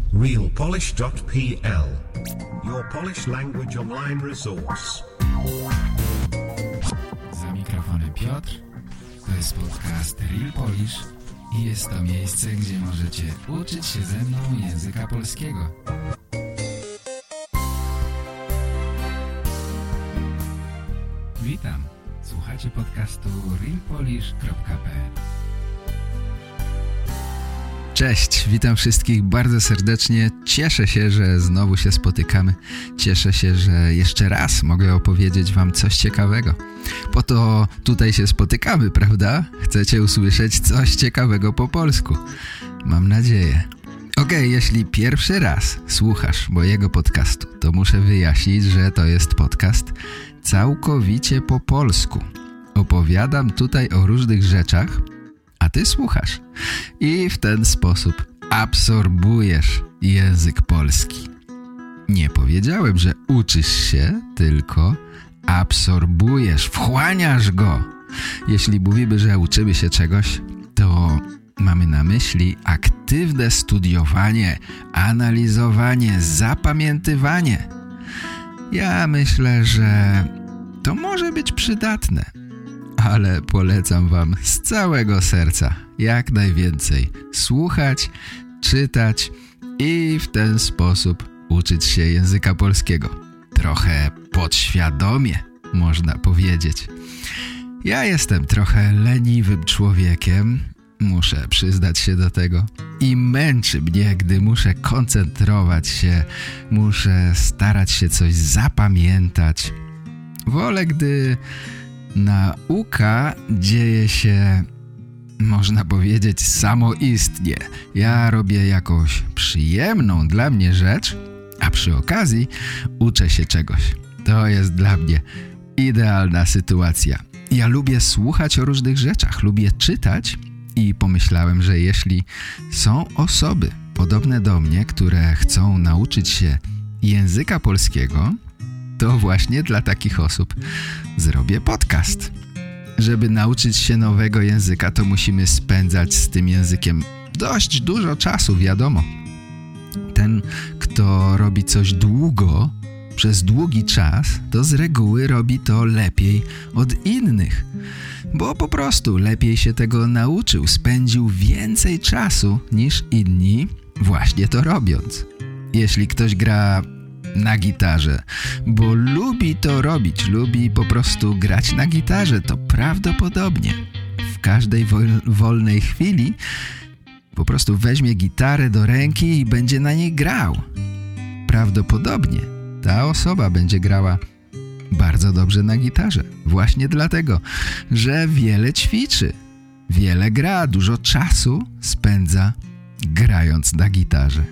realpolish.pl, your Polish language online resource. Za mikrofonem Piotr, to jest podcast Real Polish i jest to miejsce, gdzie możecie uczyć się ze mną języka polskiego. Witam, słuchacie podcastu realpolish.pl. Cześć, witam wszystkich bardzo serdecznie. Cieszę się, że znowu się spotykamy. Cieszę się, że jeszcze raz mogę opowiedzieć wam coś ciekawego. Po to tutaj się spotykamy, prawda? Chcecie usłyszeć coś ciekawego po polsku. Mam nadzieję. Okej, jeśli pierwszy raz słuchasz mojego podcastu, to muszę wyjaśnić, że to jest podcast całkowicie po polsku. Opowiadam tutaj o różnych rzeczach, a ty słuchasz i w ten sposób absorbujesz język polski. Nie powiedziałem, że uczysz się, tylko absorbujesz, wchłaniasz go. Jeśli mówimy, że uczymy się czegoś, to mamy na myśli aktywne studiowanie, analizowanie, zapamiętywanie. Ja myślę, że to może być przydatne. Ale polecam wam z całego serca jak najwięcej słuchać, czytać i w ten sposób uczyć się języka polskiego. Trochę podświadomie, można powiedzieć. Ja jestem trochę leniwym człowiekiem, muszę przyznać się do tego. I męczy mnie, gdy muszę koncentrować się, muszę starać się coś zapamiętać. Wolę, gdy nauka dzieje się, można powiedzieć, samoistnie. Ja robię jakąś przyjemną dla mnie rzecz, a przy okazji uczę się czegoś. To jest dla mnie idealna sytuacja. Ja lubię słuchać o różnych rzeczach, lubię czytać i pomyślałem, że jeśli są osoby podobne do mnie, które chcą nauczyć się języka polskiego, to właśnie dla takich osób zrobię podcast. Żeby nauczyć się nowego języka, to musimy spędzać z tym językiem dość dużo czasu, wiadomo. Ten, kto robi coś długo, przez długi czas, to z reguły robi to lepiej od innych. Bo po prostu lepiej się tego nauczył, spędził więcej czasu niż inni właśnie to robiąc. Jeśli ktoś gra na gitarze, bo lubi to robić, lubi po prostu grać na gitarze, to prawdopodobnie w każdej wolnej chwili po prostu weźmie gitarę do ręki i będzie na niej grał. Prawdopodobnie ta osoba będzie grała bardzo dobrze na gitarze. Właśnie dlatego, że wiele ćwiczy, wiele gra, dużo czasu spędza grając na gitarze.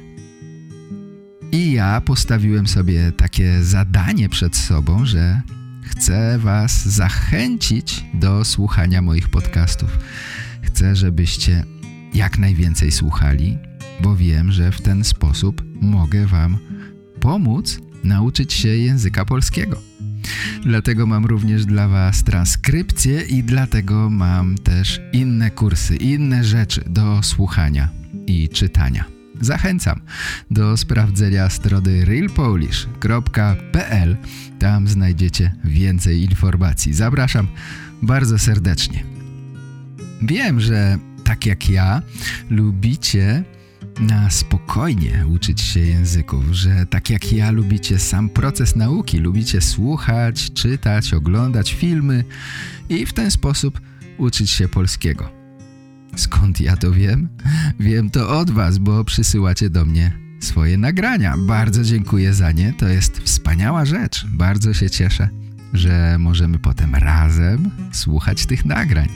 I ja postawiłem sobie takie zadanie przed sobą, że chcę was zachęcić do słuchania moich podcastów. Chcę, żebyście jak najwięcej słuchali, bo wiem, że w ten sposób mogę wam pomóc nauczyć się języka polskiego. Dlatego mam również dla was transkrypcję i dlatego mam też inne kursy, inne rzeczy do słuchania i czytania. Zachęcam do sprawdzenia strony realpolish.pl. Tam znajdziecie więcej informacji. Zapraszam bardzo serdecznie. Wiem, że tak jak ja lubicie na spokojnie uczyć się języków, że tak jak ja lubicie sam proces nauki, lubicie słuchać, czytać, oglądać filmy i w ten sposób uczyć się polskiego. Skąd ja to wiem? Wiem to od was, bo przysyłacie do mnie swoje nagrania. Bardzo dziękuję za nie. To jest wspaniała rzecz. Bardzo się cieszę, że możemy potem razem słuchać tych nagrań.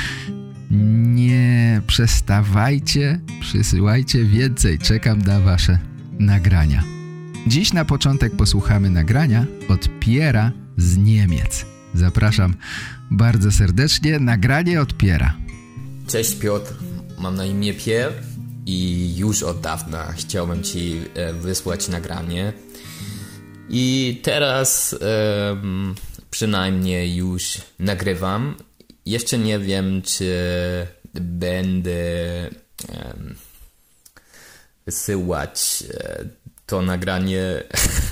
Nie przestawajcie, przysyłajcie więcej. Czekam na wasze nagrania. Dziś na początek posłuchamy nagrania od Piera z Niemiec. Zapraszam bardzo serdecznie. Nagranie od Piera. Cześć Piotr, mam na imię Pierre i już od dawna chciałbym ci wysłać nagranie. I teraz przynajmniej już nagrywam. Jeszcze nie wiem, czy będę wysyłać to nagranie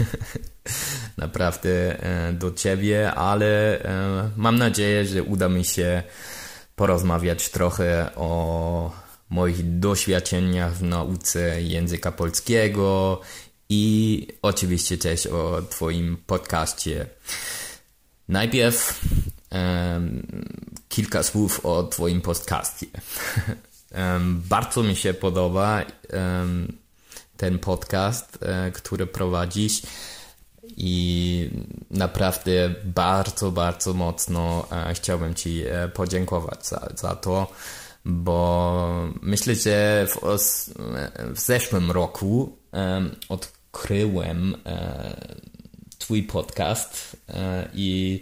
naprawdę do ciebie, ale mam nadzieję, że uda mi się porozmawiać trochę o moich doświadczeniach w nauce języka polskiego i oczywiście też o twoim podcaście. Najpierw kilka słów o twoim podcaście. Bardzo mi się podoba ten podcast, który prowadzisz i naprawdę bardzo, bardzo mocno chciałbym ci podziękować za to, bo myślę, że w zeszłym roku odkryłem twój podcast i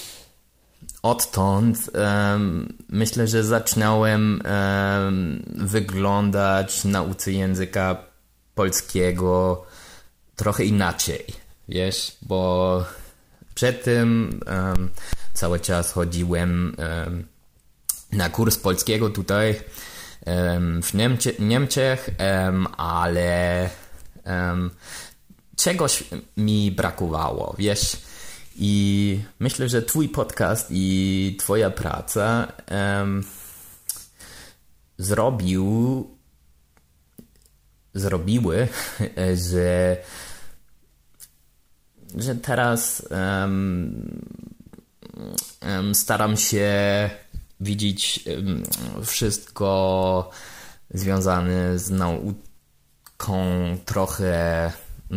odtąd myślę, że zaczynałem wyglądać nauce języka polskiego trochę inaczej, wiesz, bo przed tym cały czas chodziłem na kurs polskiego tutaj w Niemczech, ale czegoś mi brakowało, wiesz. I myślę, że twój podcast i twoja praca zrobiły, że teraz staram się widzieć wszystko związane z nauką trochę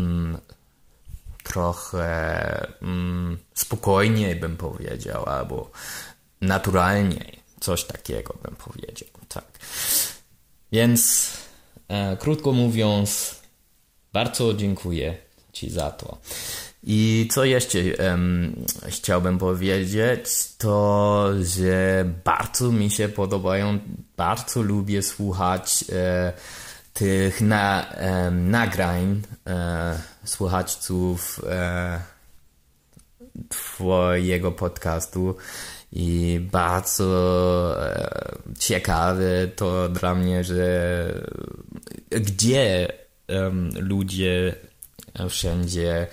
spokojniej bym powiedział, albo naturalniej, coś takiego bym powiedział, tak. Więc krótko mówiąc, bardzo dziękuję ci za to. I co jeszcze chciałbym powiedzieć, to że bardzo mi się podobają, bardzo lubię słuchać tych nagrań słuchaczców twojego podcastu i bardzo ciekawe to dla mnie, że gdzie ludzie wszędzie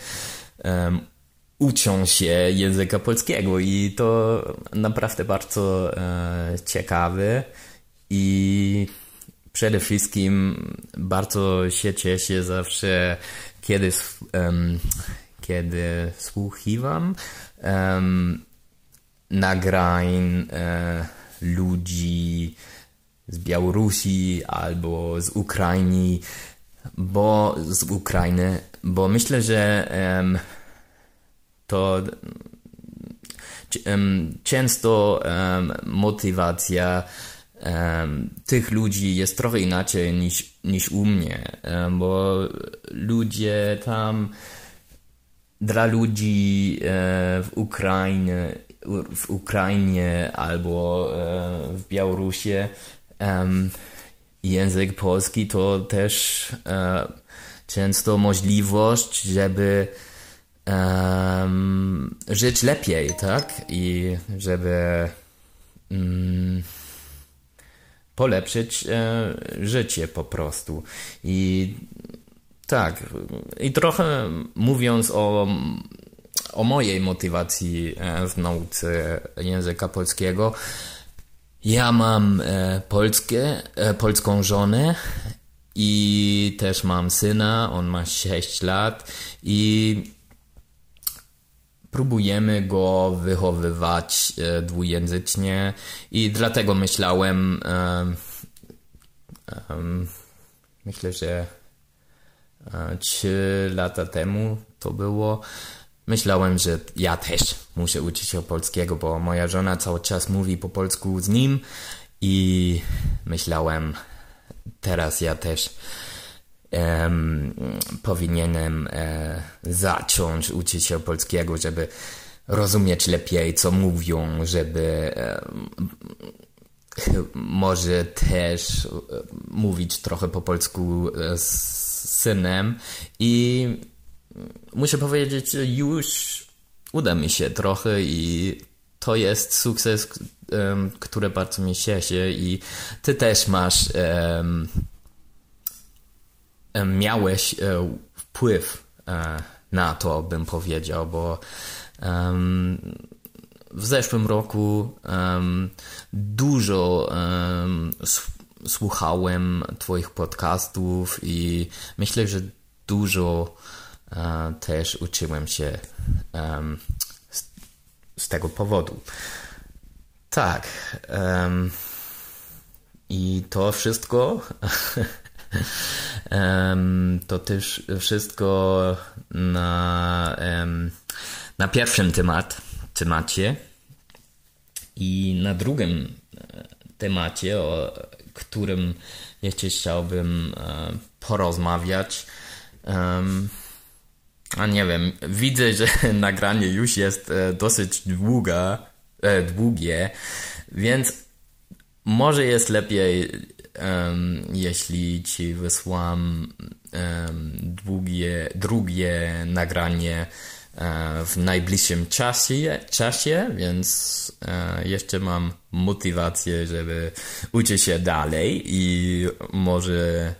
uczą się języka polskiego i to naprawdę bardzo ciekawe i przede wszystkim bardzo się cieszę zawsze, kiedy słucham nagrań ludzi z Białorusi albo z Ukrainy, bo myślę, że to często motywacja tych ludzi jest trochę inaczej niż u mnie, bo ludzie tam, dla ludzi w Ukrainie albo w Białorusi język polski to też często możliwość, żeby żyć lepiej, tak? I żeby polepszyć życie po prostu. I tak, i trochę mówiąc o mojej motywacji w nauce języka polskiego, ja mam polską żonę i też mam syna, on ma 6 lat i próbujemy go wychowywać dwujęzycznie i dlatego myślałem, myślę, że 3 lata temu to było, myślałem, że ja też muszę uczyć się polskiego, bo moja żona cały czas mówi po polsku z nim i myślałem, teraz ja też powinienem zacząć uczyć się polskiego, żeby rozumieć lepiej, co mówią, żeby może też mówić trochę po polsku z synem i muszę powiedzieć, że już uda mi się trochę i to jest sukces, który bardzo mnie cieszy i ty też masz miałeś wpływ na to, bym powiedział, bo w zeszłym roku dużo słuchałem twoich podcastów i myślę, że dużo też uczyłem się z tego powodu. Tak. I to wszystko to też wszystko na pierwszym temacie i na drugim temacie, o którym jeszcze chciałbym porozmawiać. A nie wiem, widzę, że nagranie już jest dosyć długie, więc może jest lepiej, jeśli ci wysłam drugie nagranie w najbliższym czasie, więc jeszcze mam motywację, żeby uczyć się dalej i może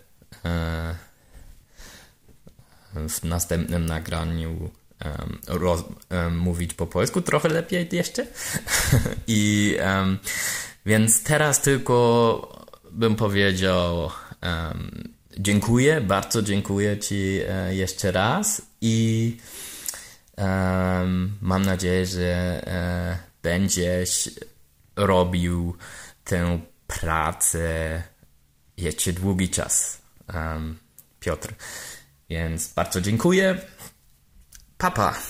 w następnym nagraniu mówić po polsku trochę lepiej jeszcze. I więc teraz tylko bym powiedział dziękuję, bardzo dziękuję ci jeszcze raz i mam nadzieję, że będziesz robił tę pracę jeszcze długi czas, Piotr. Więc bardzo dziękuję. Papa.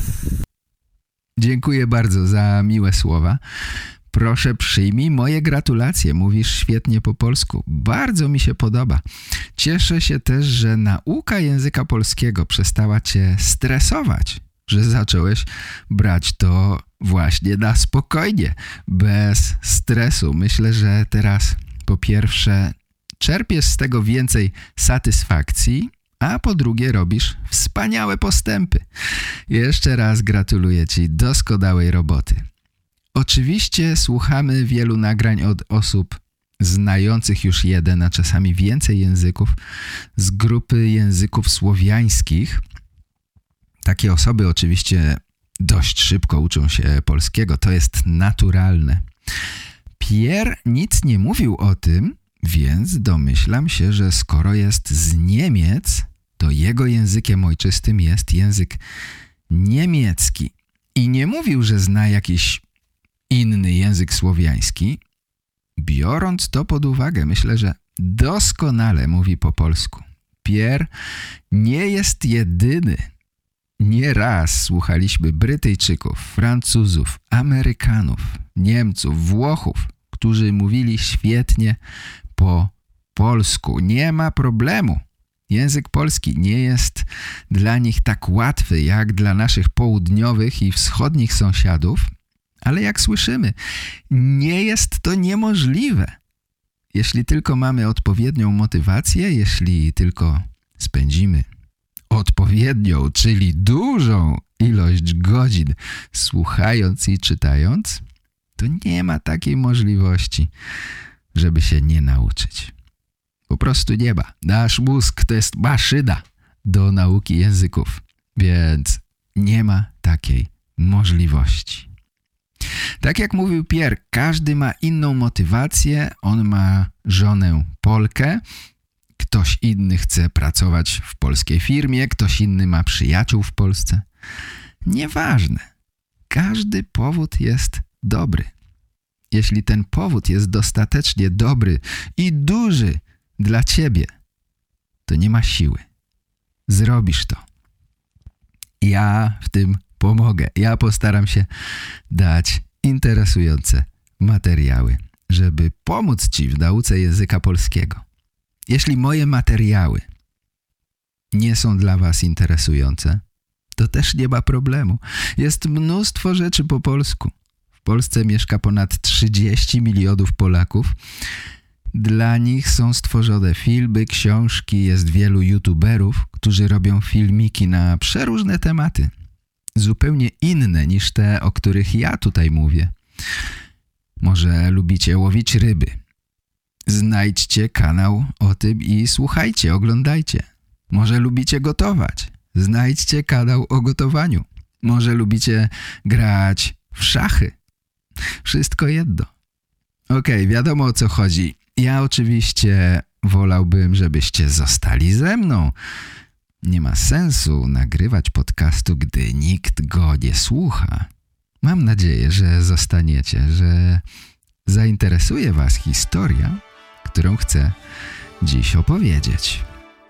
Dziękuję bardzo za miłe słowa. Proszę, przyjmij moje gratulacje. Mówisz świetnie po polsku. Bardzo mi się podoba. Cieszę się też, że nauka języka polskiego przestała cię stresować, że zacząłeś brać to właśnie na spokojnie, bez stresu. Myślę, że teraz po pierwsze czerpiesz z tego więcej satysfakcji, a po drugie robisz wspaniałe postępy. Jeszcze raz gratuluję ci doskonałej roboty. Oczywiście słuchamy wielu nagrań od osób znających już jeden, a czasami więcej języków z grupy języków słowiańskich. Takie osoby oczywiście dość szybko uczą się polskiego, to jest naturalne. Pierre nic nie mówił o tym, więc domyślam się, że skoro jest z Niemiec, to jego językiem ojczystym jest język niemiecki. I nie mówił, że zna jakiś inny język słowiański. Biorąc to pod uwagę, myślę, że doskonale mówi po polsku. Pierre nie jest jedyny. Nieraz słuchaliśmy Brytyjczyków, Francuzów, Amerykanów, Niemców, Włochów, którzy mówili świetnie po polsku. Nie ma problemu. Język polski nie jest dla nich tak łatwy jak dla naszych południowych i wschodnich sąsiadów, ale jak słyszymy, nie jest to niemożliwe. Jeśli tylko mamy odpowiednią motywację, jeśli tylko spędzimy odpowiednią, czyli dużą ilość godzin słuchając i czytając, to nie ma takiej możliwości, żeby się nie nauczyć. Po prostu nie ma. Nasz mózg to jest maszyna do nauki języków, więc nie ma takiej możliwości. Tak jak mówił Pierre, każdy ma inną motywację. On ma żonę Polkę, ktoś inny chce pracować w polskiej firmie, ktoś inny ma przyjaciół w Polsce. Nieważne. Każdy powód jest dobry. Jeśli ten powód jest dostatecznie dobry i duży dla ciebie, to nie ma siły. Zrobisz to. Ja w tym pomogę. Ja postaram się dać interesujące materiały, żeby pomóc ci w nauce języka polskiego. Jeśli moje materiały nie są dla was interesujące, to też nie ma problemu. Jest mnóstwo rzeczy po polsku. W Polsce mieszka ponad 30 milionów Polaków. Dla nich są stworzone filmy, książki, jest wielu youtuberów, którzy robią filmiki na przeróżne tematy. Zupełnie inne niż te, o których ja tutaj mówię. Może lubicie łowić ryby. Znajdźcie kanał o tym i słuchajcie, oglądajcie. Może lubicie gotować? Znajdźcie kanał o gotowaniu. Może lubicie grać w szachy? Wszystko jedno. Okej, wiadomo o co chodzi. Ja oczywiście wolałbym, żebyście zostali ze mną. Nie ma sensu nagrywać podcastu, gdy nikt go nie słucha. Mam nadzieję, że zostaniecie, że zainteresuje was historia, którą chcę dziś opowiedzieć.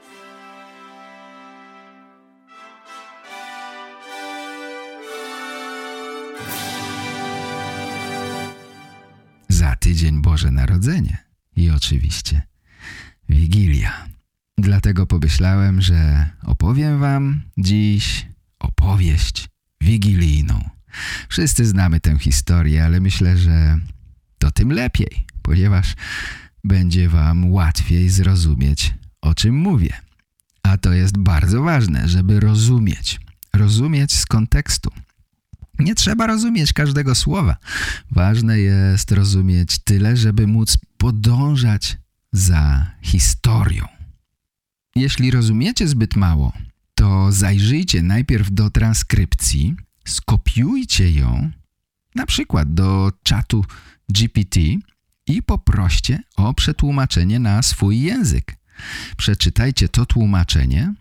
Za tydzień Boże Narodzenie i oczywiście Wigilia. Dlatego pomyślałem, że opowiem wam dziś opowieść wigilijną. Wszyscy znamy tę historię, ale myślę, że to tym lepiej, ponieważ będzie wam łatwiej zrozumieć, o czym mówię. A to jest bardzo ważne, żeby rozumieć z kontekstu. Nie trzeba rozumieć każdego słowa. Ważne jest rozumieć tyle, żeby móc podążać za historią. Jeśli rozumiecie zbyt mało, to zajrzyjcie najpierw do transkrypcji, skopiujcie ją, na przykład do czatu GPT i poproście o przetłumaczenie na swój język. Przeczytajcie to tłumaczenie,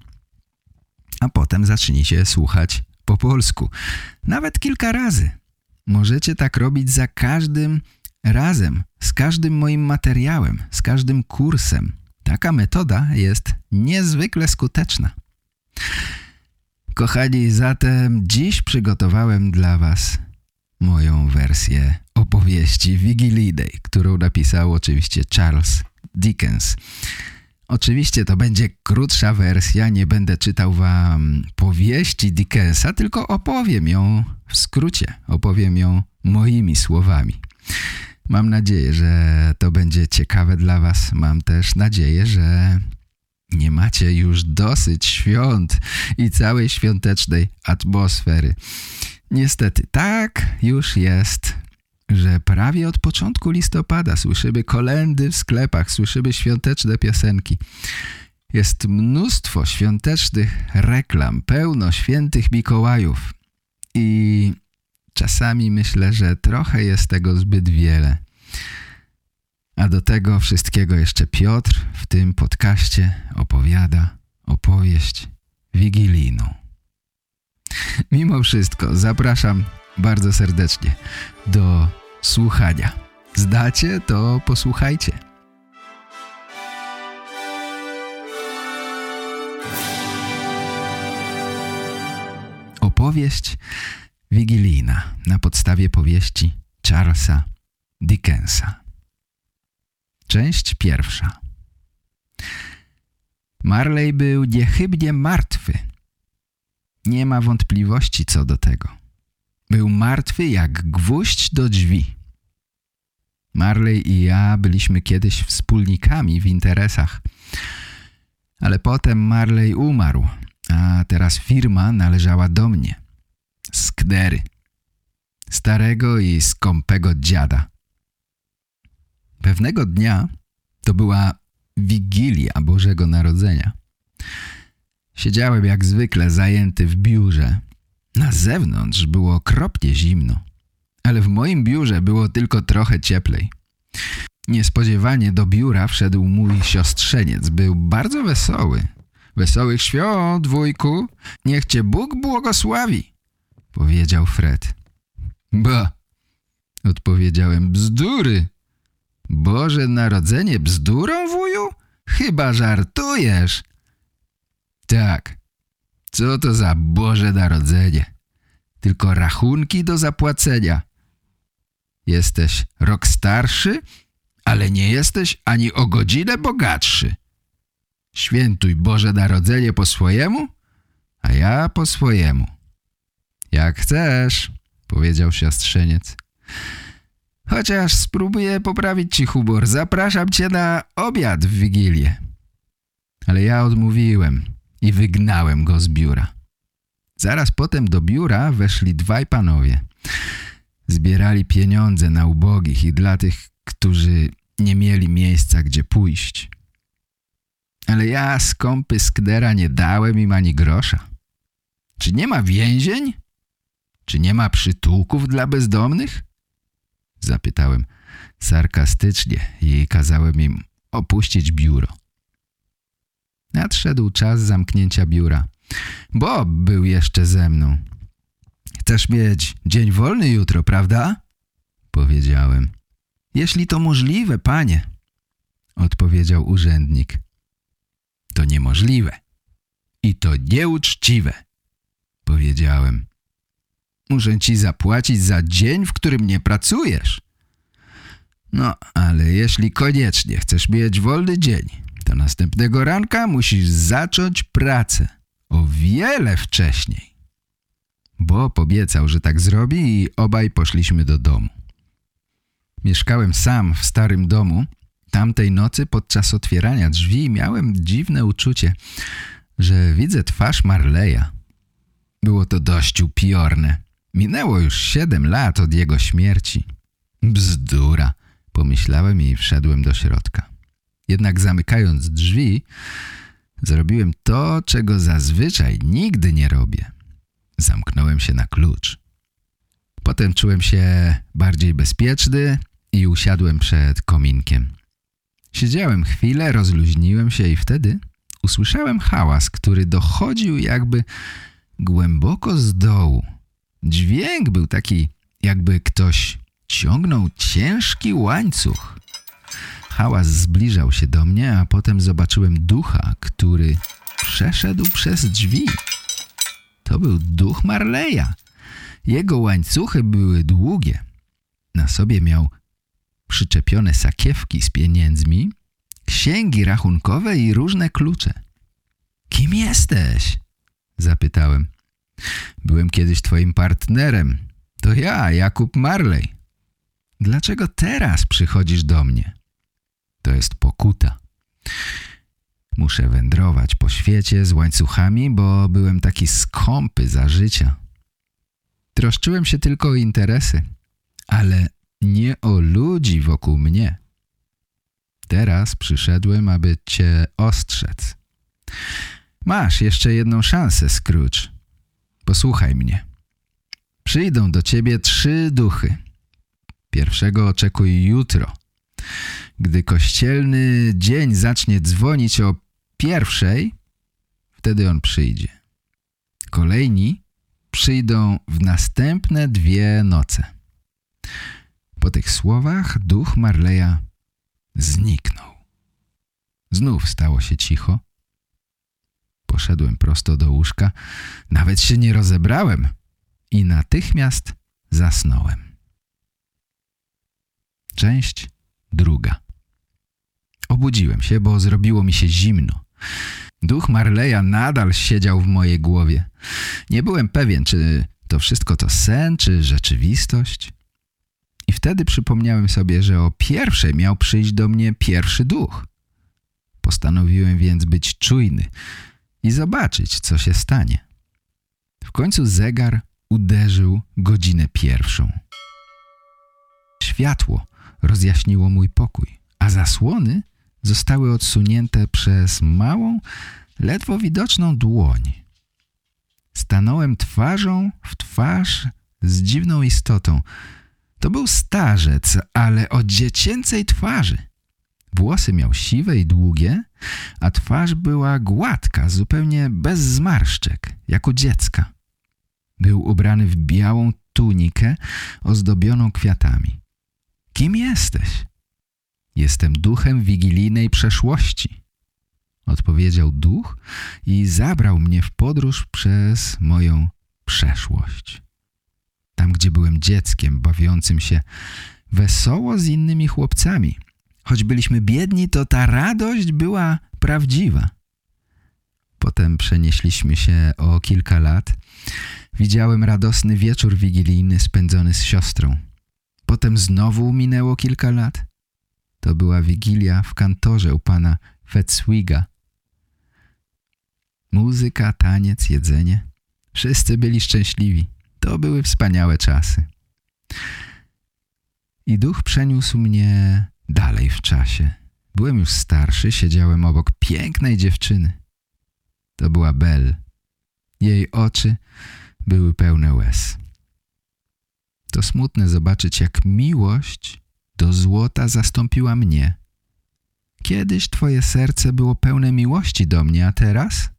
a potem zacznijcie słuchać po polsku. Nawet kilka razy. Możecie tak robić za każdym razem, z każdym moim materiałem, z każdym kursem. Taka metoda jest niezwykle skuteczna. Kochani, zatem dziś przygotowałem dla was moją wersję opowieści wigilijnej, którą napisał oczywiście Charles Dickens. Oczywiście to będzie krótsza wersja, nie będę czytał wam powieści Dickensa, tylko opowiem ją w skrócie, opowiem ją moimi słowami. Mam nadzieję, że to będzie ciekawe dla was. Mam też nadzieję, że nie macie już dosyć świąt i całej świątecznej atmosfery. Niestety tak już jest, że prawie od początku listopada słyszymy kolędy w sklepach, słyszymy świąteczne piosenki. Jest mnóstwo świątecznych reklam, pełno świętych Mikołajów i czasami myślę, że trochę jest tego zbyt wiele. A do tego wszystkiego jeszcze Piotr w tym podcaście opowiada opowieść wigilijną. Mimo wszystko zapraszam bardzo serdecznie do słuchania. Zdacie, to posłuchajcie. Opowieść wigilijna na podstawie powieści Charlesa Dickensa. Część pierwsza. Marley był niechybnie martwy. Nie ma wątpliwości co do tego. Był martwy jak gwóźdź do drzwi. Marley i ja byliśmy kiedyś wspólnikami w interesach. Ale potem Marley umarł, a teraz firma należała do mnie. Sknery. Starego i skąpego dziada. Pewnego dnia, to była Wigilia Bożego Narodzenia, siedziałem jak zwykle zajęty w biurze. Na zewnątrz było okropnie zimno, ale w moim biurze było tylko trochę cieplej. Niespodziewanie do biura wszedł mój siostrzeniec. Był bardzo wesoły. Wesołych świąt, wujku. Niech cię Bóg błogosławi, powiedział Fred. Ba, odpowiedziałem, bzdury. Boże Narodzenie bzdurą, wuju? Chyba żartujesz. Tak. Co to za Boże Narodzenie? Tylko rachunki do zapłacenia. Jesteś rok starszy, ale nie jesteś ani o godzinę bogatszy. Świętuj Boże Narodzenie po swojemu, a ja po swojemu. Jak chcesz, powiedział siostrzeniec. Chociaż spróbuję poprawić ci humor. Zapraszam cię na obiad w Wigilię. Ale ja odmówiłem i wygnałem go z biura. Zaraz potem do biura weszli dwaj panowie. Zbierali pieniądze na ubogich i dla tych, którzy nie mieli miejsca, gdzie pójść. ale ja, skąpy skdera, nie dałem im ani grosza. Czy nie ma więzień? Czy nie ma przytułków dla bezdomnych? Zapytałem sarkastycznie i kazałem im opuścić biuro. Nadszedł czas zamknięcia biura. Bob był jeszcze ze mną. Chcesz mieć dzień wolny jutro, prawda? Powiedziałem. Jeśli to możliwe, panie, odpowiedział urzędnik. To niemożliwe i to nieuczciwe, powiedziałem. Muszę ci zapłacić za dzień, w którym nie pracujesz. No, ale jeśli koniecznie chcesz mieć wolny dzień, to następnego ranka musisz zacząć pracę o wiele wcześniej. Bob obiecał, że tak zrobi i obaj poszliśmy do domu. Mieszkałem sam w starym domu. Tamtej nocy podczas otwierania drzwi miałem dziwne uczucie, że widzę twarz Marleya. Było to dość upiorne. Minęło już 7 lat od jego śmierci. Bzdura, pomyślałem i wszedłem do środka. Jednak zamykając drzwi, zrobiłem to, czego zazwyczaj nigdy nie robię. Zamknąłem się na klucz. Potem czułem się bardziej bezpieczny i usiadłem przed kominkiem. Siedziałem chwilę, rozluźniłem się i wtedy usłyszałem hałas, który dochodził jakby głęboko z dołu. Dźwięk był taki, jakby ktoś ciągnął ciężki łańcuch. Hałas zbliżał się do mnie, a potem zobaczyłem ducha, który przeszedł przez drzwi. To był duch Marleya. Jego łańcuchy były długie. Na sobie miał przyczepione sakiewki z pieniędzmi, księgi rachunkowe i różne klucze. Kim jesteś? Zapytałem. Byłem kiedyś twoim partnerem. To ja, Jakub Marley. Dlaczego teraz przychodzisz do mnie? To jest pokuta. Muszę wędrować po świecie z łańcuchami, bo byłem taki skąpy za życia. Troszczyłem się tylko o interesy, ale nie o ludzi wokół mnie. Teraz przyszedłem, aby cię ostrzec. Masz jeszcze jedną szansę, Scrooge. Posłuchaj mnie. Przyjdą do ciebie 3 duchy. Pierwszego oczekuj jutro. Gdy kościelny dzień zacznie dzwonić o 1:00, wtedy on przyjdzie. Kolejni przyjdą w następne 2 noce. Po tych słowach duch Marleya zniknął. Znów stało się cicho. Poszedłem prosto do łóżka, nawet się nie rozebrałem i natychmiast zasnąłem. Część 2. Obudziłem się, bo zrobiło mi się zimno. Duch Marleya nadal siedział w mojej głowie. Nie byłem pewien, czy to wszystko to sen, czy rzeczywistość. I wtedy przypomniałem sobie, że o 1:00 miał przyjść do mnie pierwszy duch. Postanowiłem więc być czujny i zobaczyć, co się stanie. W końcu zegar uderzył godzinę 1:00. Światło rozjaśniło mój pokój, a zasłony zostały odsunięte przez małą, ledwo widoczną dłoń. Stanąłem twarzą w twarz z dziwną istotą. To był starzec, ale o dziecięcej twarzy. Włosy miał siwe i długie, a twarz była gładka, zupełnie bez zmarszczek, jak u dziecka. Był ubrany w białą tunikę ozdobioną kwiatami. Kim jesteś? Jestem duchem wigilijnej przeszłości, odpowiedział duch i zabrał mnie w podróż przez moją przeszłość. Tam, gdzie byłem dzieckiem bawiącym się wesoło z innymi chłopcami. Choć byliśmy biedni, to ta radość była prawdziwa. Potem przenieśliśmy się o kilka lat. Widziałem radosny wieczór wigilijny spędzony z siostrą. Potem znowu minęło kilka lat. To była wigilia w kantorze u pana Fettswiga. Muzyka, taniec, jedzenie. Wszyscy byli szczęśliwi. To były wspaniałe czasy. I duch przeniósł mnie dalej w czasie. Byłem już starszy, siedziałem obok pięknej dziewczyny. To była Belle. Jej oczy były pełne łez. To smutne zobaczyć, jak miłość do złota zastąpiła mnie. Kiedyś twoje serce było pełne miłości do mnie, a teraz?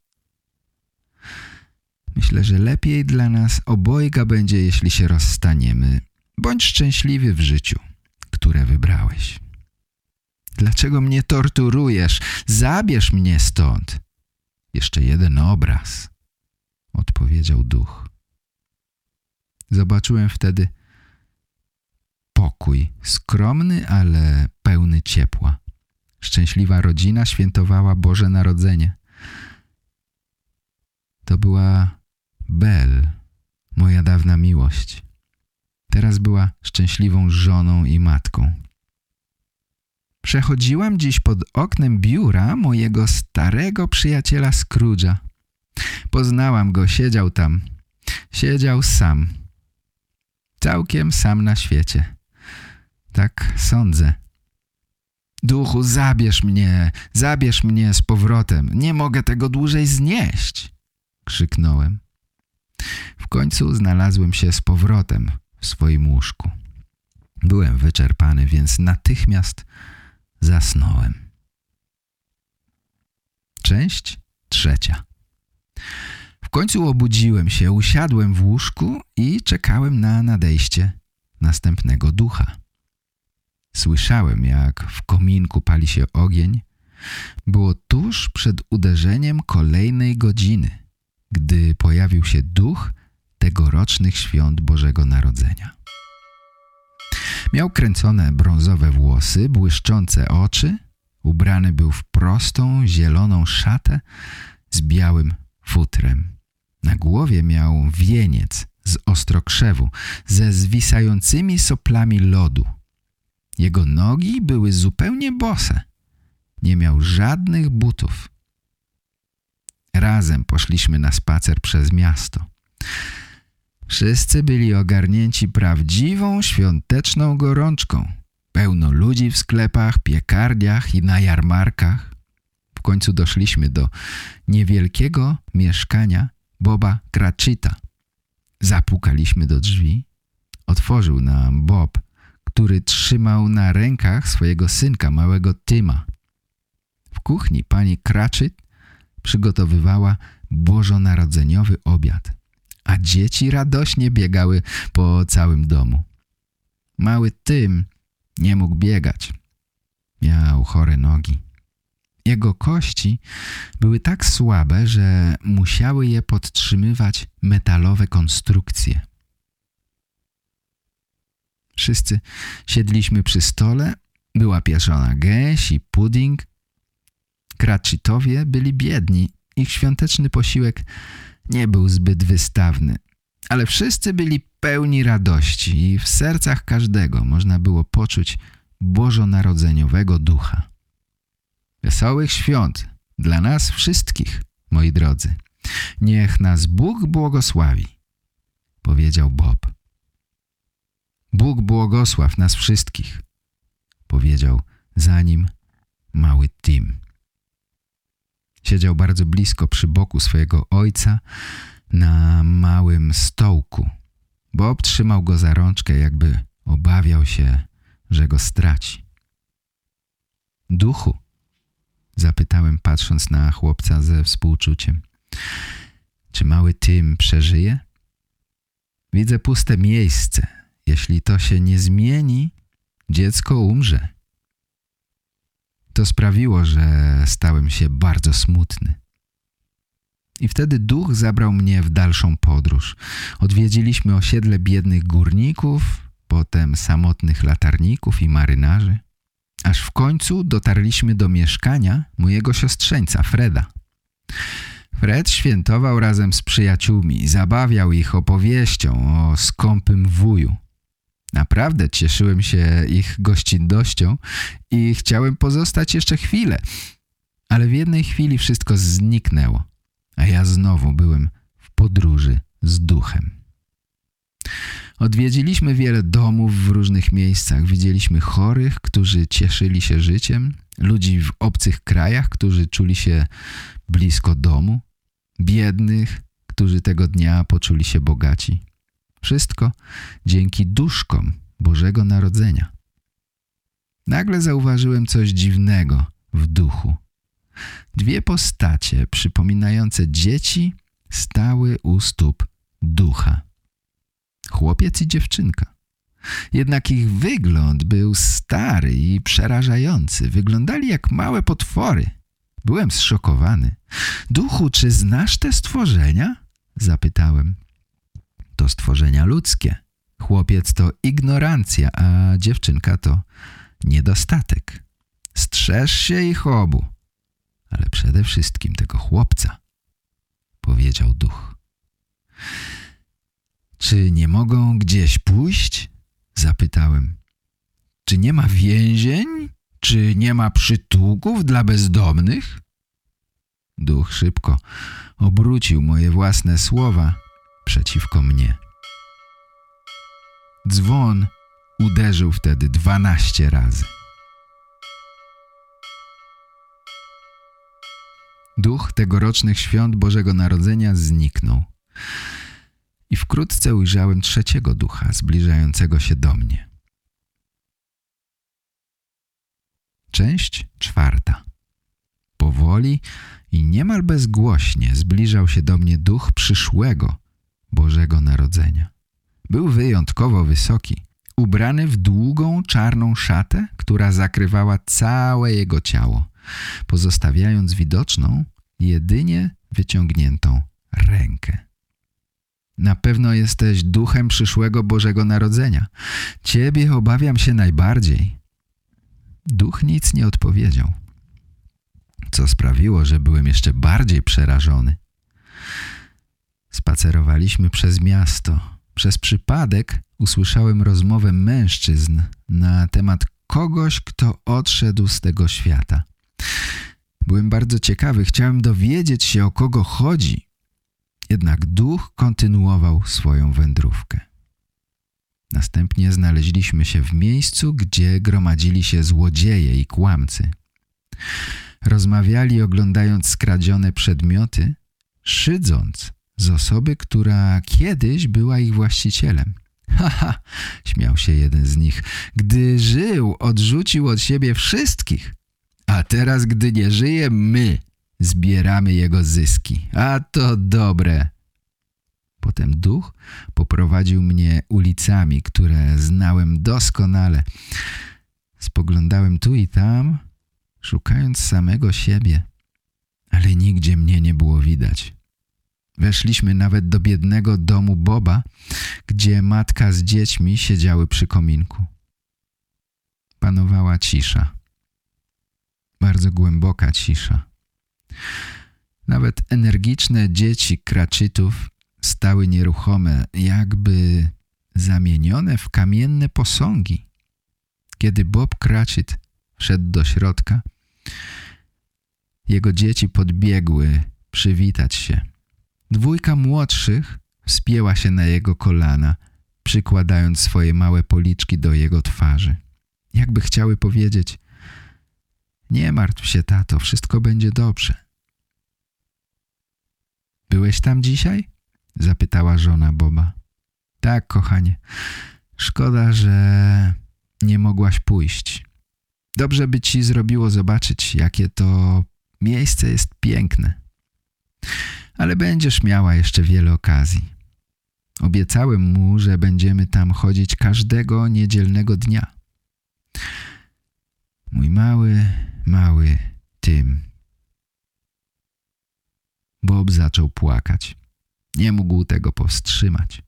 Myślę, że lepiej dla nas obojga będzie, jeśli się rozstaniemy. Bądź szczęśliwy w życiu, które wybrałeś. Dlaczego mnie torturujesz? Zabierz mnie stąd. Jeszcze jeden obraz, odpowiedział duch. Zobaczyłem wtedy pokój, skromny, ale pełny ciepła. Szczęśliwa rodzina świętowała Boże Narodzenie. To była Belle, moja dawna miłość. Teraz była szczęśliwą żoną i matką. Przechodziłam dziś pod oknem biura mojego starego przyjaciela Scrooge'a. Poznałam go, siedział tam. Siedział sam. Całkiem sam na świecie. Tak sądzę. Duchu, zabierz mnie z powrotem. Nie mogę tego dłużej znieść, krzyknąłem. W końcu znalazłem się z powrotem w swoim łóżku. Byłem wyczerpany, więc natychmiast zasnąłem. Część 3. W końcu obudziłem się, usiadłem w łóżku i czekałem na nadejście następnego ducha. Słyszałem, jak w kominku pali się ogień. Było tuż przed uderzeniem kolejnej godziny, gdy pojawił się duch tegorocznych świąt Bożego Narodzenia. Miał kręcone brązowe włosy, błyszczące oczy, ubrany był w prostą, zieloną szatę z białym futrem. Na głowie miał wieniec z ostrokrzewu ze zwisającymi soplami lodu. Jego nogi były zupełnie bose. Nie miał żadnych butów. Razem poszliśmy na spacer przez miasto. Wszyscy byli ogarnięci prawdziwą świąteczną gorączką. Pełno ludzi w sklepach, piekarniach i na jarmarkach. W końcu doszliśmy do niewielkiego mieszkania Boba Cratchita. Zapukaliśmy do drzwi. Otworzył nam Bob, który trzymał na rękach swojego synka, małego Tima. W kuchni pani Cratchit przygotowywała bożonarodzeniowy obiad, a dzieci radośnie biegały po całym domu. Mały Tim nie mógł biegać. Miał chore nogi. Jego kości były tak słabe, że musiały je podtrzymywać metalowe konstrukcje. Wszyscy siedliśmy przy stole, była pieczona gęś i pudding. Cratchitowie byli biedni, ich świąteczny posiłek nie był zbyt wystawny, ale wszyscy byli pełni radości i w sercach każdego można było poczuć bożonarodzeniowego ducha. Wesołych świąt dla nas wszystkich, moi drodzy. Niech nas Bóg błogosławi, powiedział Bob. Bóg błogosław nas wszystkich, powiedział za nim mały Tim. Siedział bardzo blisko przy boku swojego ojca na małym stołku. Bob trzymał go za rączkę, jakby obawiał się, że go straci. Duchu, zapytałem, patrząc na chłopca ze współczuciem. Czy mały Tim przeżyje? Widzę puste miejsce. Jeśli to się nie zmieni, dziecko umrze. To sprawiło, że stałem się bardzo smutny. I wtedy duch zabrał mnie w dalszą podróż. Odwiedziliśmy osiedle biednych górników, potem samotnych latarników i marynarzy, aż w końcu dotarliśmy do mieszkania mojego siostrzeńca Freda. Fred świętował razem z przyjaciółmi, zabawiał ich opowieścią o skąpym wuju. Naprawdę cieszyłem się ich gościnnością i chciałem pozostać jeszcze chwilę, ale w jednej chwili wszystko zniknęło, a ja znowu byłem w podróży z duchem. Odwiedziliśmy wiele domów w różnych miejscach. Widzieliśmy chorych, którzy cieszyli się życiem, ludzi w obcych krajach, którzy czuli się blisko domu, biednych, którzy tego dnia poczuli się bogaci. Wszystko dzięki duszkom Bożego Narodzenia. Nagle zauważyłem coś dziwnego w duchu. 2 postacie przypominające dzieci stały u stóp ducha. Chłopiec i dziewczynka. Jednak ich wygląd był stary i przerażający. Wyglądali jak małe potwory. Byłem zszokowany. Duchu, czy znasz te stworzenia? Zapytałem. To stworzenia ludzkie. Chłopiec to ignorancja, a dziewczynka to niedostatek. Strzeż się ich obu, ale przede wszystkim tego chłopca, powiedział duch. Czy nie mogą gdzieś pójść? Zapytałem. Czy nie ma więzień? Czy nie ma przytułków dla bezdomnych? Duch szybko obrócił moje własne słowa przeciwko mnie. Dzwon uderzył wtedy 12 razy. Duch tegorocznych świąt Bożego Narodzenia zniknął. I wkrótce ujrzałem 3. ducha zbliżającego się do mnie. Część 4. Powoli i niemal bezgłośnie zbliżał się do mnie duch przyszłego Bożego Narodzenia. Był wyjątkowo wysoki, ubrany w długą czarną szatę, która zakrywała całe jego ciało, pozostawiając widoczną jedynie wyciągniętą rękę. Na pewno jesteś duchem przyszłego Bożego Narodzenia. Ciebie obawiam się najbardziej. Duch nic nie odpowiedział, co sprawiło, że byłem jeszcze bardziej przerażony. Spacerowaliśmy przez miasto. Przez przypadek usłyszałem rozmowę mężczyzn na temat kogoś, kto odszedł z tego świata. Byłem bardzo ciekawy, chciałem dowiedzieć się, o kogo chodzi. Jednak duch kontynuował swoją wędrówkę. Następnie znaleźliśmy się w miejscu, gdzie gromadzili się złodzieje i kłamcy. Rozmawiali, oglądając skradzione przedmioty, szydząc z osoby, która kiedyś była ich właścicielem. Haha, śmiał się jeden z nich. Gdy żył, odrzucił od siebie wszystkich. A teraz, gdy nie żyje, my zbieramy jego zyski. A to dobre. Potem duch poprowadził mnie ulicami, które znałem doskonale. Spoglądałem tu i tam, szukając samego siebie, ale nigdzie mnie nie było widać. Weszliśmy nawet do biednego domu Boba, gdzie matka z dziećmi siedziały przy kominku. Panowała cisza. Bardzo głęboka cisza. Nawet energiczne dzieci Cratchitów stały nieruchome, jakby zamienione w kamienne posągi. Kiedy Bob Cratchit wszedł do środka, jego dzieci podbiegły przywitać się. 2 młodszych wspięła się na jego kolana, przykładając swoje małe policzki do jego twarzy. Jakby chciały powiedzieć: nie martw się, tato, wszystko będzie dobrze. Byłeś tam dzisiaj? Zapytała żona Boba. Tak, kochanie. Szkoda, że nie mogłaś pójść. Dobrze by ci zrobiło zobaczyć, jakie to miejsce jest piękne. Ale będziesz miała jeszcze wiele okazji. Obiecałem mu, że będziemy tam chodzić każdego niedzielnego dnia. Mój mały Tim. Bob zaczął płakać. Nie mógł tego powstrzymać.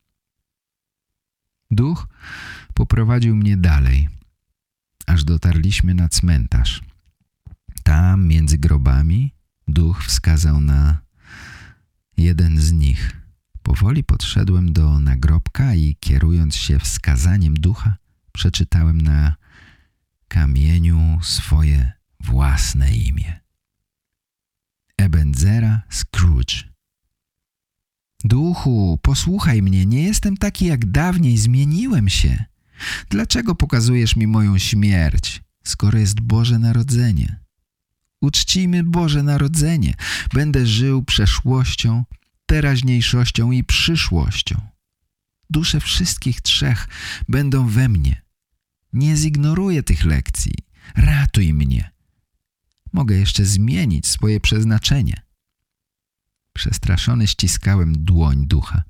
Duch poprowadził mnie dalej, aż dotarliśmy na cmentarz. Tam, między grobami, duch wskazał na jeden z nich. Powoli podszedłem do nagrobka i kierując się wskazaniem ducha, przeczytałem na kamieniu swoje własne imię. Ebenezera Scrooge. Duchu, posłuchaj mnie, nie jestem taki jak dawniej, zmieniłem się. Dlaczego pokazujesz mi moją śmierć, skoro jest Boże Narodzenie? Uczcijmy Boże Narodzenie. Będę żył przeszłością, teraźniejszością i przyszłością. Dusze wszystkich trzech będą we mnie. Nie zignoruję tych lekcji. Ratuj mnie. Mogę jeszcze zmienić swoje przeznaczenie. Przestraszony ściskałem dłoń ducha.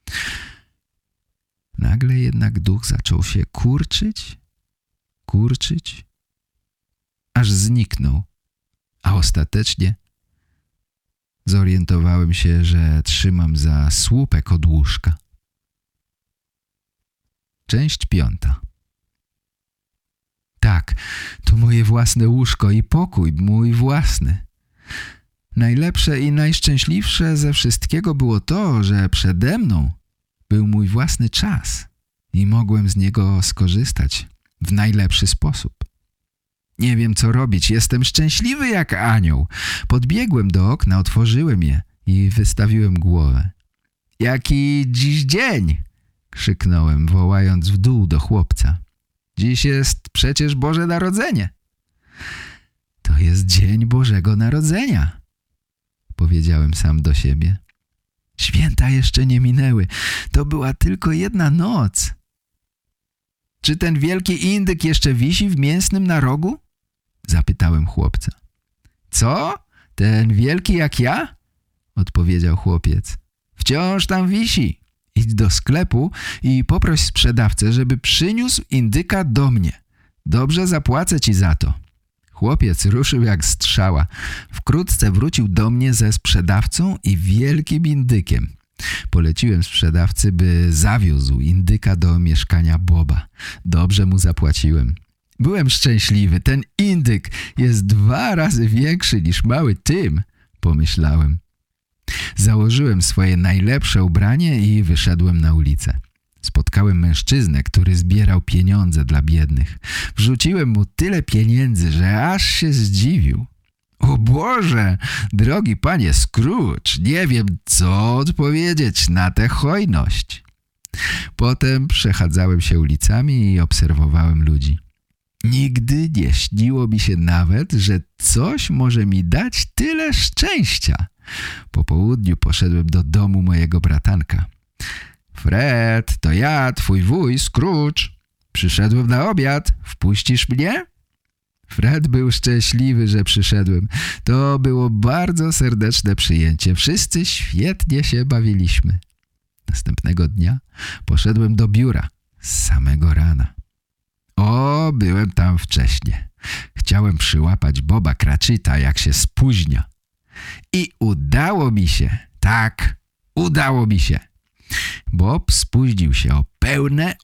Nagle jednak duch zaczął się kurczyć, aż zniknął, a ostatecznie zorientowałem się, że trzymam za słupek od łóżka. Część 5. Tak, to moje własne łóżko i pokój mój własny. Najlepsze i najszczęśliwsze ze wszystkiego było to, że przede mną był mój własny czas i mogłem z niego skorzystać w najlepszy sposób. Nie wiem, co robić, jestem szczęśliwy jak anioł. Podbiegłem do okna, otworzyłem je i wystawiłem głowę. Jaki dziś dzień? Krzyknąłem, wołając w dół do chłopca. Dziś jest przecież Boże Narodzenie. To jest dzień Bożego Narodzenia, powiedziałem sam do siebie. Święta jeszcze nie minęły. To była tylko jedna noc. Czy ten wielki indyk jeszcze wisi w mięsnym narogu? Zapytałem chłopca. Co? Ten wielki jak ja? Odpowiedział chłopiec. Wciąż tam wisi. Idź do sklepu i poproś sprzedawcę, żeby przyniósł indyka do mnie. Dobrze zapłacę ci za to. Chłopiec ruszył jak strzała. Wkrótce wrócił do mnie ze sprzedawcą i wielkim indykiem. Poleciłem sprzedawcy, by zawiózł indyka do mieszkania Boba. Dobrze mu zapłaciłem. Byłem szczęśliwy. Ten indyk jest 2 razy większy niż mały Tym, pomyślałem. Założyłem swoje najlepsze ubranie i wyszedłem na ulicę. Spotkałem mężczyznę, który zbierał pieniądze dla biednych. Wrzuciłem mu tyle pieniędzy, że aż się zdziwił. O Boże, drogi panie Scrooge, nie wiem, co odpowiedzieć na tę hojność. Potem przechadzałem się ulicami i obserwowałem ludzi. Nigdy nie śniło mi się nawet, że coś może mi dać tyle szczęścia. Po południu poszedłem do domu mojego bratanka. Fred, to ja, twój wuj Scrooge. Przyszedłem na obiad. Wpuścisz mnie? Fred był szczęśliwy, że przyszedłem. To było bardzo serdeczne przyjęcie. Wszyscy świetnie się bawiliśmy. Następnego dnia poszedłem do biura z samego rana. O, byłem tam wcześnie. Chciałem przyłapać Boba Cratchita, jak się spóźnia. I udało mi się. Tak, udało mi się. Bob spóźnił się o pełne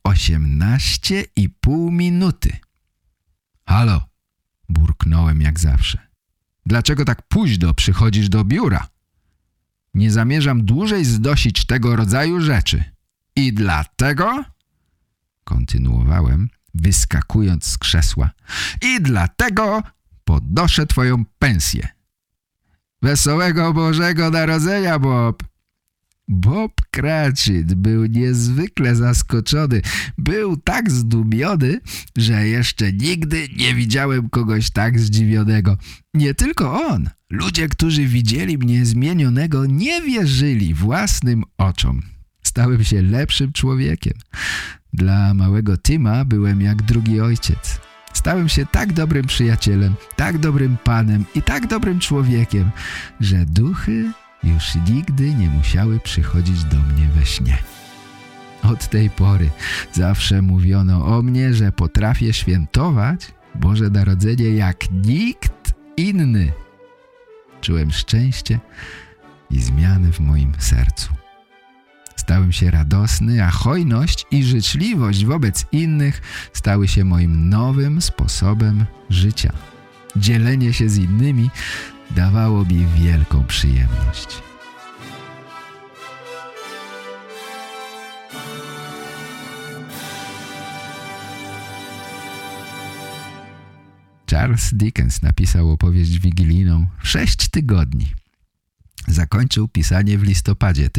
18,5 minuty. Halo, burknąłem jak zawsze. Dlaczego tak późno przychodzisz do biura? Nie zamierzam dłużej znosić tego rodzaju rzeczy. I dlatego, kontynuowałem, wyskakując z krzesła, i dlatego podnoszę twoją pensję. Wesołego Bożego Narodzenia, Bob! Bob Cratchit był niezwykle zaskoczony. Był tak zdumiony, że jeszcze nigdy nie widziałem kogoś tak zdziwionego. Nie tylko on. Ludzie, którzy widzieli mnie zmienionego, nie wierzyli własnym oczom. Stałem się lepszym człowiekiem. Dla małego Tima byłem jak drugi ojciec. Stałem się tak dobrym przyjacielem, tak dobrym panem i tak dobrym człowiekiem, że duchy już nigdy nie musiały przychodzić do mnie we śnie. Od tej pory zawsze mówiono o mnie, że potrafię świętować Boże Narodzenie jak nikt inny. Czułem szczęście i zmianę w moim sercu. Stałem się radosny, a hojność i życzliwość wobec innych stały się moim nowym sposobem życia. Dzielenie się z innymi dawało mi wielką przyjemność. Charles Dickens napisał opowieść wigilijną w 6 tygodni. Zakończył pisanie w listopadzie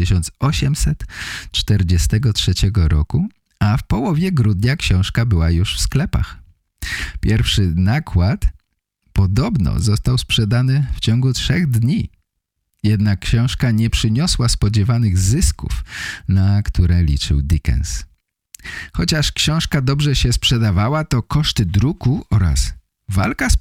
1843 roku, a w połowie grudnia książka była już w sklepach. Pierwszy nakład podobno został sprzedany w ciągu 3 dni. Jednak książka nie przyniosła spodziewanych zysków, na które liczył Dickens. Chociaż książka dobrze się sprzedawała, to koszty druku oraz walka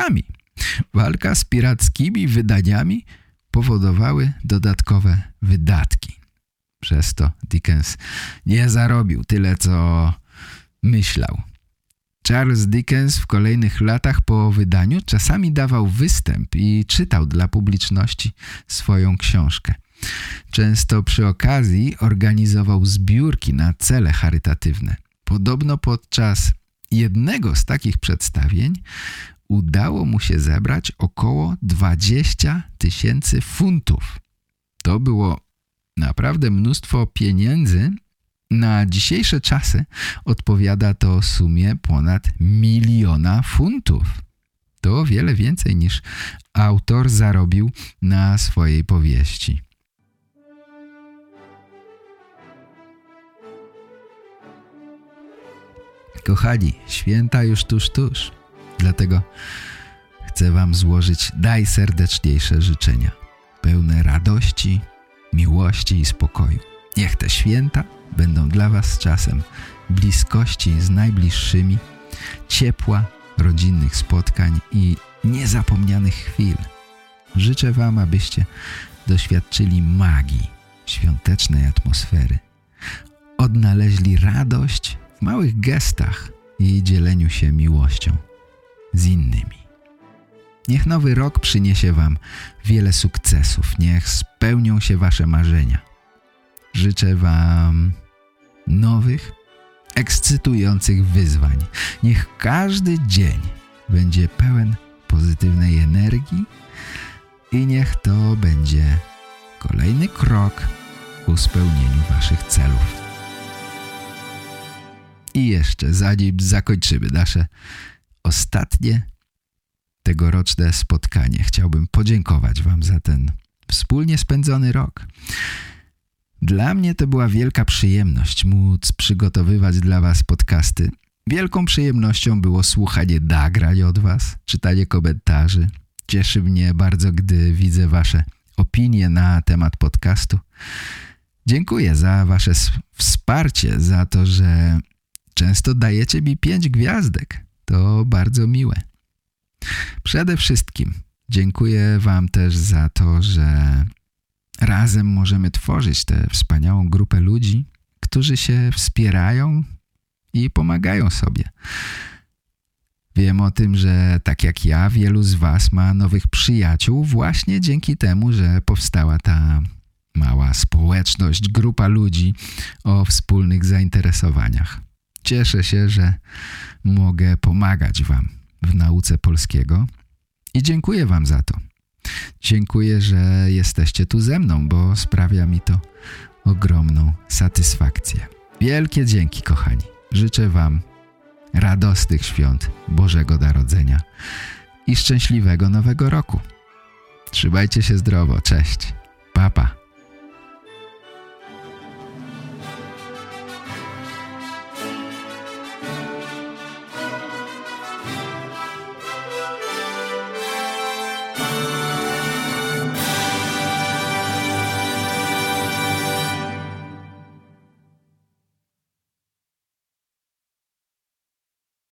z pirackimi wydaniami powodowały dodatkowe wydatki. Przez to Dickens nie zarobił tyle, co myślał. Charles Dickens w kolejnych latach po wydaniu czasami dawał występ i czytał dla publiczności swoją książkę. Często przy okazji organizował zbiórki na cele charytatywne. Podobno podczas jednego z takich przedstawień udało mu się zebrać około 20 000 funtów. To było naprawdę mnóstwo pieniędzy. Na dzisiejsze czasy odpowiada to sumie ponad 1 000 000 funtów. To o wiele więcej niż autor zarobił na swojej powieści. Kochani, święta już tuż. Dlatego chcę wam złożyć najserdeczniejsze życzenia. Pełne radości, miłości i spokoju. Niech te święta będą dla was czasem bliskości z najbliższymi, ciepła, rodzinnych spotkań i niezapomnianych chwil. Życzę wam, abyście doświadczyli magii świątecznej atmosfery. Odnaleźli radość w małych gestach i dzieleniu się miłością z innymi. Niech nowy rok przyniesie wam wiele sukcesów. Niech spełnią się wasze marzenia. Życzę wam nowych, ekscytujących wyzwań. Niech każdy dzień będzie pełen pozytywnej energii i niech to będzie kolejny krok ku spełnieniu waszych celów. I jeszcze, zanim zakończymy nasze ostatnie tegoroczne spotkanie, chciałbym podziękować wam za ten wspólnie spędzony rok. Dla mnie to była wielka przyjemność móc przygotowywać dla was podcasty. Wielką przyjemnością było słuchanie nagrań od was, czytanie komentarzy. Cieszy mnie bardzo, gdy widzę wasze opinie na temat podcastu. Dziękuję za wasze wsparcie, za to, że często dajecie mi 5 gwiazdek. To bardzo miłe. Przede wszystkim dziękuję wam też za to, że razem możemy tworzyć tę wspaniałą grupę ludzi, którzy się wspierają i pomagają sobie. Wiem o tym, że tak jak ja, wielu z was ma nowych przyjaciół właśnie dzięki temu, że powstała ta mała społeczność, grupa ludzi o wspólnych zainteresowaniach. Cieszę się, że mogę pomagać wam w nauce polskiego i dziękuję wam za to. Dziękuję, że jesteście tu ze mną, bo sprawia mi to ogromną satysfakcję. Wielkie dzięki, kochani. Życzę wam radosnych świąt Bożego Narodzenia i szczęśliwego Nowego Roku. Trzymajcie się zdrowo. Cześć. Pa, pa.